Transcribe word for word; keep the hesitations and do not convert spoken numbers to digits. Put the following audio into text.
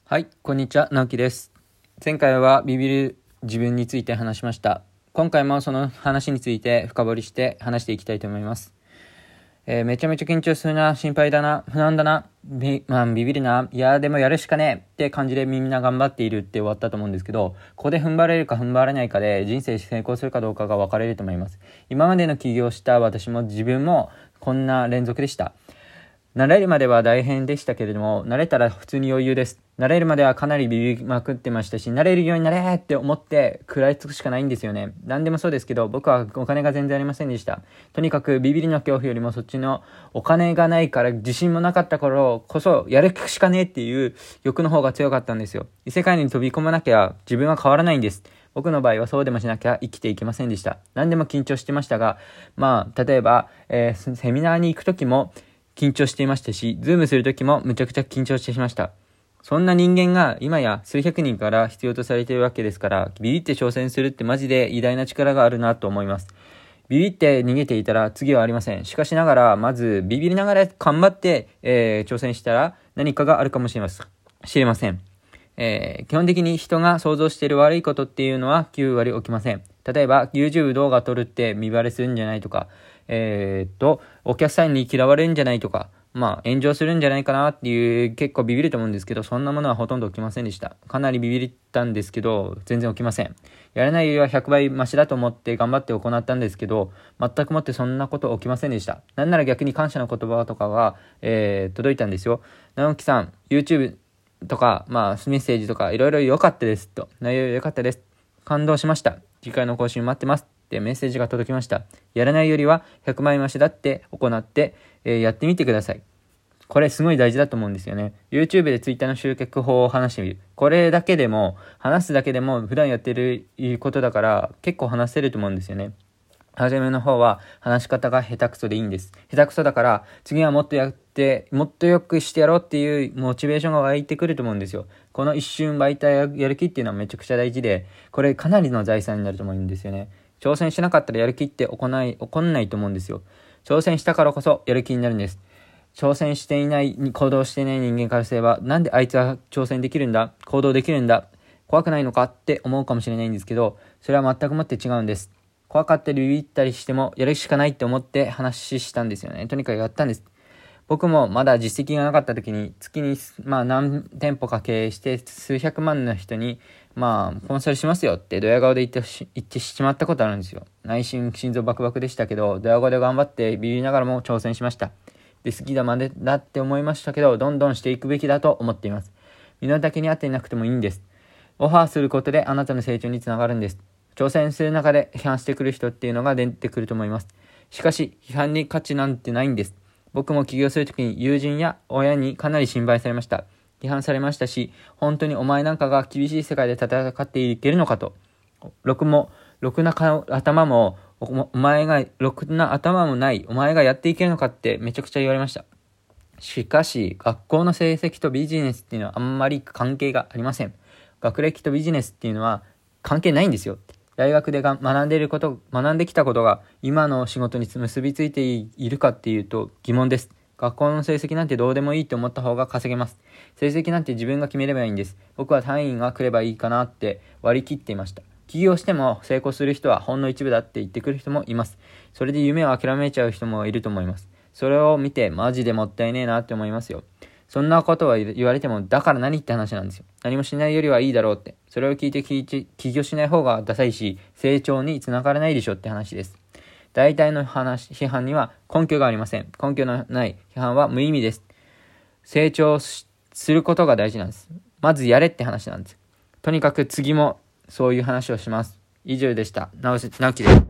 はい、こんにちは、直樹です。前回はビビる自分について話しました。今回もその話について深掘りして話していきたいと思います。えー、めちゃめちゃ緊張するな、心配だな、不安だな、ビ,、まあ、ビビるな、いやでもやるしかねえって感じでみんな頑張っているって終わったと思うんですけど、ここで踏ん張れるか踏ん張れないかで人生成功するかどうかが分かれると思います。今までの起業した私も自分もこんな連続でした。慣れるまでは大変でしたけれども、慣れたら普通に余裕です。慣れるまではかなりビビりまくってましたし、慣れるようになれって思って食らいつくしかないんですよね。何でもそうですけど、僕はお金が全然ありませんでした。とにかくビビりの恐怖よりもそっちのお金がないから自信もなかった頃こそやるしかねえっていう欲の方が強かったんですよ。異世界に飛び込まなきゃ自分は変わらないんです。僕の場合はそうでもしなきゃ生きていけませんでした。何でも緊張してましたが、まあ、例えば、えー、セミナーに行くときも緊張していましたし、ズームするときもむちゃくちゃ緊張してしました。そんな人間が今や数百人から必要とされているわけですから、ビビって挑戦するってマジで偉大な力があるなと思います。ビビって逃げていたら次はありません。しかしながら、まずビビりながら頑張って、えー、挑戦したら何かがあるかもしれません。知れません。えー、基本的に人が想像している悪いことっていうのはきゅうわり起きません。例えば YouTube 動画撮るって見バレするんじゃないとか、えー、っとお客さんに嫌われるんじゃないとか、まあ炎上するんじゃないかなっていう結構ビビると思うんですけど、そんなものはほとんど起きませんでした。かなりビビったんですけど全然起きません。やれないよりはひゃくばいマシだと思って頑張って行ったんですけど、全くもってそんなこと起きませんでした。なんなら逆に感謝の言葉とかが、えー、届いたんですよ。直樹さん YouTubeとか、まあ、メッセージとか、いろいろ良かったですと。内容良かったです。感動しました。次回の更新待ってます。ってメッセージが届きました。やらないよりはひゃくばいマシだって行って、えー、やってみてください。これすごい大事だと思うんですよね。YouTube で Twitter の集客法を話してみる。これだけでも、話すだけでも普段やってることだから結構話せると思うんですよね。初めの方は話し方が下手くそでいいんです。下手くそだから次はもっとやってもっとよくしてやろうっていうモチベーションが湧いてくると思うんですよ。この一瞬湧いたやる気っていうのはめちゃくちゃ大事で、これかなりの財産になると思うんですよね。挑戦しなかったらやる気って起こない、起こんないと思うんですよ。挑戦したからこそやる気になるんです。挑戦していない、行動していない人間からすれば、なんであいつは挑戦できるんだ、行動できるんだ、怖くないのかって思うかもしれないんですけど、それは全くもって違うんです。怖かったりビビったりしてもやるしかないって思って話したんですよね。とにかくやったんです。僕もまだ実績がなかった時に月にまあ何店舗か経営して数百万の人にまあコンサルしますよってドヤ顔で言ってし言ってしまったことあるんですよ。内心心臓バクバクでしたけど、ドヤ顔で頑張ってビビりながらも挑戦しました。で好きだまでだって思いましたけど、どんどんしていくべきだと思っています。身の丈に合っていなくてもいいんです。オファーすることであなたの成長につながるんです。挑戦する中で批判してくる人っていうのが出てくると思います。しかし、批判に価値なんてないんです。僕も起業するときに友人や親にかなり心配されました。批判されましたし、本当にお前なんかが厳しい世界で戦っていけるのかと。ろくも、ろくな頭も、お前が、ろくな頭もない、お前がやっていけるのかってめちゃくちゃ言われました。しかし、学校の成績とビジネスっていうのはあんまり関係がありません。学歴とビジネスっていうのは関係ないんですよ。大学でが学んでいること、学んできたことが今の仕事に結びついているかっていうと疑問です。学校の成績なんてどうでもいいと思った方が稼げます。成績なんて自分が決めればいいんです。僕は単位が来ればいいかなって割り切っていました。起業しても成功する人はほんの一部だって言ってくる人もいます。それで夢を諦めちゃう人もいると思います。それを見てマジでもったいねえなって思いますよ。そんなことは言われても、だから何って話なんですよ。何もしないよりはいいだろうって。それを聞いて聞いて起業しない方がダサいし、成長につながらないでしょって話です。大体の話、批判には根拠がありません。根拠のない批判は無意味です。成長することが大事なんです。まずやれって話なんです。とにかく次もそういう話をします。以上でした。直樹です。